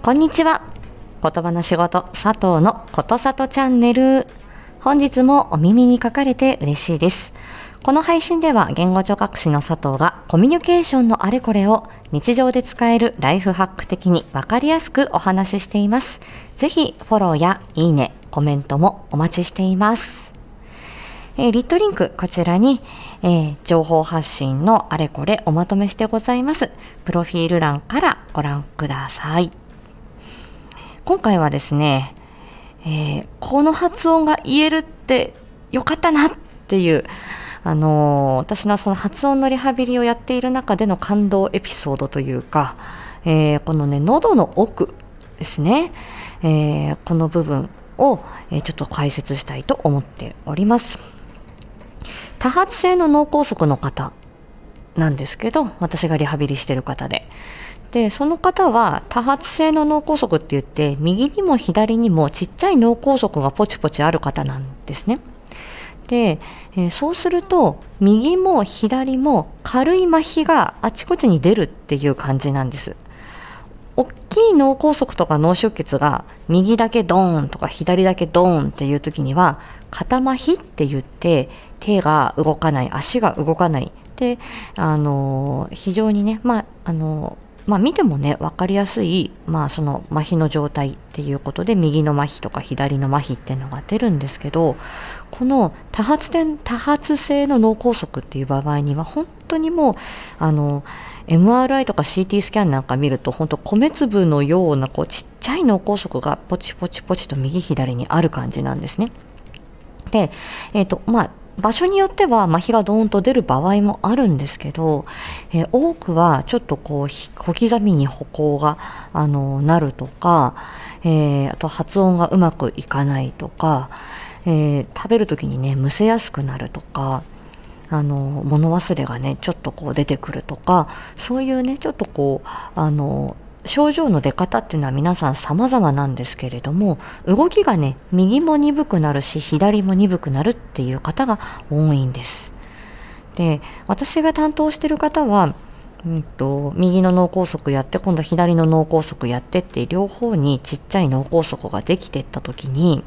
こんにちは。言葉の仕事佐藤のことさとチャンネル。本日もお耳に書かれて嬉しいです。この配信では言語聴覚士の佐藤がコミュニケーションのあれこれを日常で使えるライフハック的にわかりやすくお話ししています。ぜひフォローやいいね、コメントもお待ちしています。リットリンクこちらに、情報発信のあれこれおまとめしてございます。プロフィール欄からご覧ください。今回はですね、この発音が言えるってよかったなっていう、私のその発音のリハビリをやっている中での感動エピソードというか、このね、喉の奥ですね、この部分を、ちょっと解説したいと思っております。多発性の脳梗塞の方なんですけど、私がリハビリしている方で、その方は多発性の脳梗塞って言って右にも左にもちっちゃい脳梗塞がポチポチある方なんですね。で、そうすると右も左も軽い麻痺があちこちに出るっていう感じなんです。大きい脳梗塞とか脳出血が右だけドーンとか左だけドーンっていう時には肩麻痺って言って手が動かない、足が動かないで、非常にね、見てもね分かりやすい、その麻痺の状態っていうことで右の麻痺とか左の麻痺っていうのが出るんですけど、この多発性の脳梗塞っていう場合には本当にもうMRI とか CT スキャンなんか見ると本当米粒のようなちっちゃい脳梗塞がポチポチポチと右左にある感じなんですね。で、場所によっては麻痺がドーンと出る場合もあるんですけど、多くはちょっと小刻みに歩行がなるとか、あと発音がうまくいかないとか、食べるときにねむせやすくなるとか、物忘れがねちょっと出てくるとか、そういうねちょっと症状の出方っていうのは皆さん様々なんですけれども、動きがね右も鈍くなるし左も鈍くなるっていう方が多いんです。で、私が担当している方は、右の脳梗塞やって今度左の脳梗塞やってって両方にちっちゃい脳梗塞ができていった時に、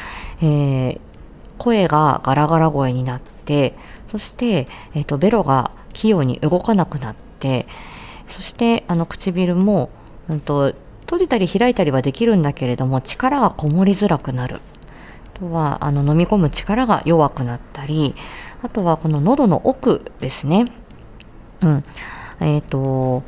声がガラガラ声になって、そして、ベロが器用に動かなくなって、そして唇も、閉じたり開いたりはできるんだけれども力がこもりづらくなる。あとは飲み込む力が弱くなったり、あとはこの喉の奥ですね。こ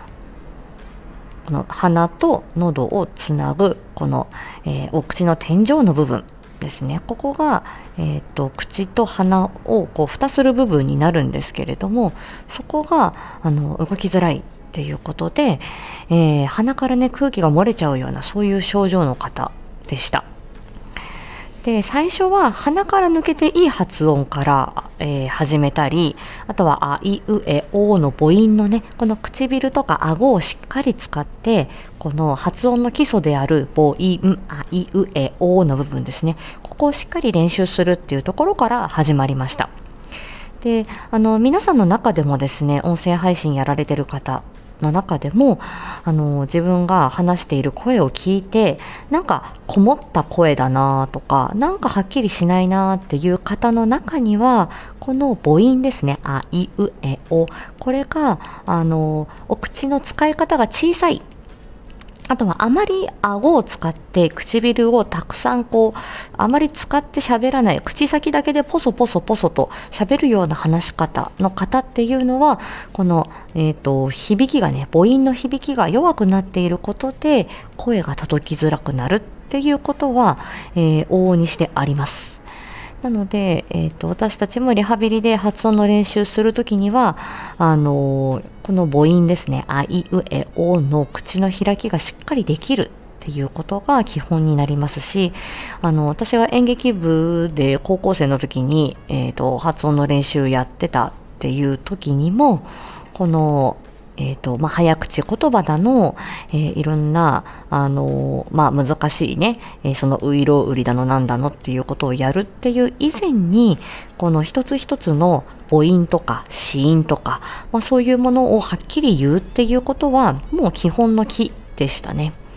の鼻と喉をつなぐこの、お口の天井の部分ですね。ここが、口と鼻を蓋する部分になるんですけれども、そこが動きづらいっていうことで、鼻からね空気が漏れちゃうようなそういう症状の方でした。で、最初は鼻から抜けていい発音から、始めたり、あとはあいうえおの母音のねこの唇とか顎をしっかり使ってこの発音の基礎である母音あいうえおの部分ですね、ここをしっかり練習するっていうところから始まりました。で、皆さんの中でもですね、音声配信やられてる方の中でも自分が話している声を聞いてなんかこもった声だなとかなんかはっきりしないなっていう方の中にはこの母音ですね、あいうえお、これがお口の使い方が小さい、あとはあまり顎を使って唇をたくさんあまり使って喋らない、口先だけでポソポソポソと喋るような話し方の方っていうのはこの、響きがね母音の響きが弱くなっていることで声が届きづらくなるっていうことは、往々にしてあります。なので、私たちもリハビリで発音の練習するときにはこの母音ですね、あいうえおの口の開きがしっかりできるっていうことが基本になりますし、私が演劇部で高校生の時に、発音の練習やってたっていう時にもこの早口言葉だの、いろんな難しいね、そのういろうりだのなんだのっていうことをやるっていう以前にこの一つ一つの母音とか子音とか、そういうものをはっきり言うっていうことはもう基本の基でしたね。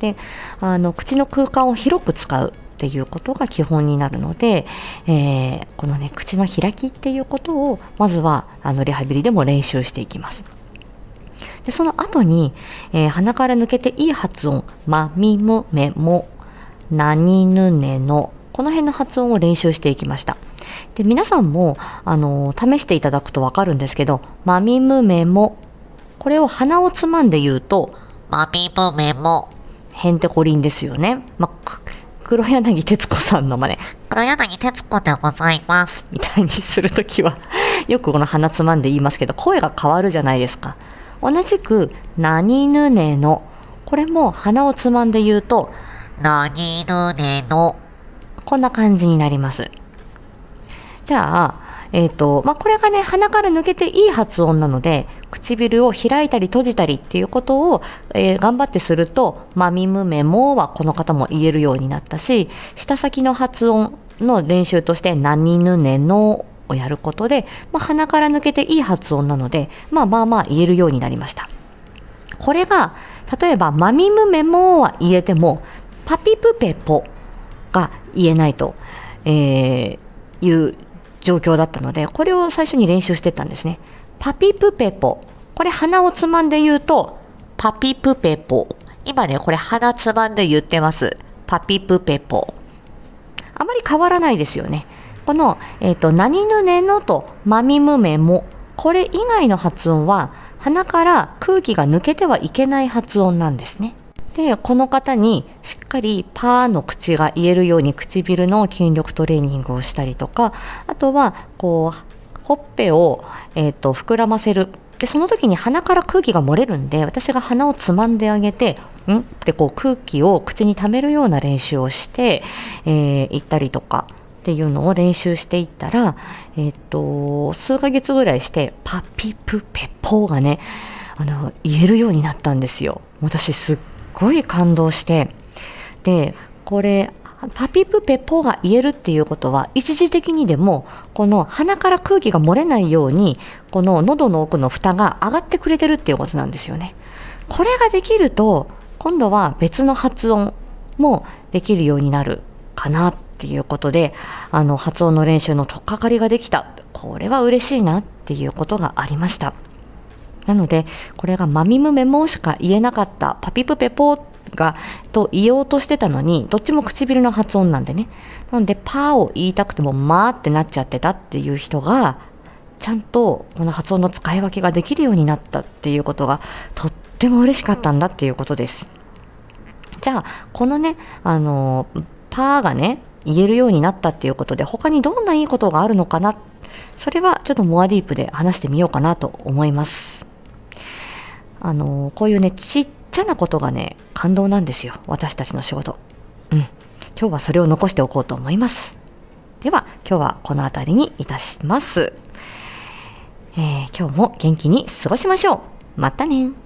で、口の空間を広く使うっていうことが基本になるので、このね、口の開きっていうことをまずはリハビリでも練習していきます。でその後に、鼻から抜けていい発音、まみむめもなにぬねの、この辺の発音を練習していきました。で皆さんも試していただくとわかるんですけど、まみむめも、これを鼻をつまんで言うとまみむめも、へんてこりんですよね。黒柳徹子さんの真似、黒柳徹子でございますみたいにするときはよくこの鼻つまんで言いますけど、声が変わるじゃないですか。同じくなにぬねの、これも鼻をつまんで言うとなにぬねの、こんな感じになります。じゃあこれがね、鼻から抜けていい発音なので、唇を開いたり閉じたりっていうことを、頑張ってすると、まみむめもはこの方も言えるようになったし、舌先の発音の練習としてなにぬねのをやることで、鼻から抜けていい発音なので、言えるようになりました。これが例えばまみむめもは言えても、パピプペポが言えないと、いう状況だったので、これを最初に練習していったんですね。パピプペポ、これ鼻をつまんで言うとパピプペポ、今ねこれ鼻つまんで言ってます。パピプペポ、あまり変わらないですよね。この、なにぬねのとまみむめも、これ以外の発音は鼻から空気が抜けてはいけない発音なんですね。でこの方にしっかりパーの口が言えるように唇の筋力トレーニングをしたりとか、あとはこうほっぺを、膨らませる。でその時に鼻から空気が漏れるんで、私が鼻をつまんであげてってこう空気を口に溜めるような練習をして、行ったりとかっていうのを練習していったら、数ヶ月ぐらいしてパピプペポがね言えるようになったんですよ。私すっごい感動して、でこれパピプペポが言えるっていうことは、一時的にでもこの鼻から空気が漏れないようにこの喉の奥の蓋が上がってくれてるっていうことなんですよね。これができると今度は別の発音もできるようになるかなっていうことで、発音の練習の取っかかりができた。これは嬉しいなっていうことがありました。なのでこれがまみむめもしか言えなかったパピプペポがと言おうとしてたのに、どっちも唇の発音なんでね、なのでパーを言いたくてもまーってなっちゃってたっていう人が、ちゃんとこの発音の使い分けができるようになったっていうことがとっても嬉しかったんだっていうことです。じゃあこのねパーがね言えるようになったっていうことで、他にどんないいことがあるのかな、それはちょっとモアディープで話してみようかなと思います。こういうねちっちゃなことがね感動なんですよ、私たちの仕事。今日はそれを残しておこうと思います。では今日はこの辺りにいたします。今日も元気に過ごしましょう。またね。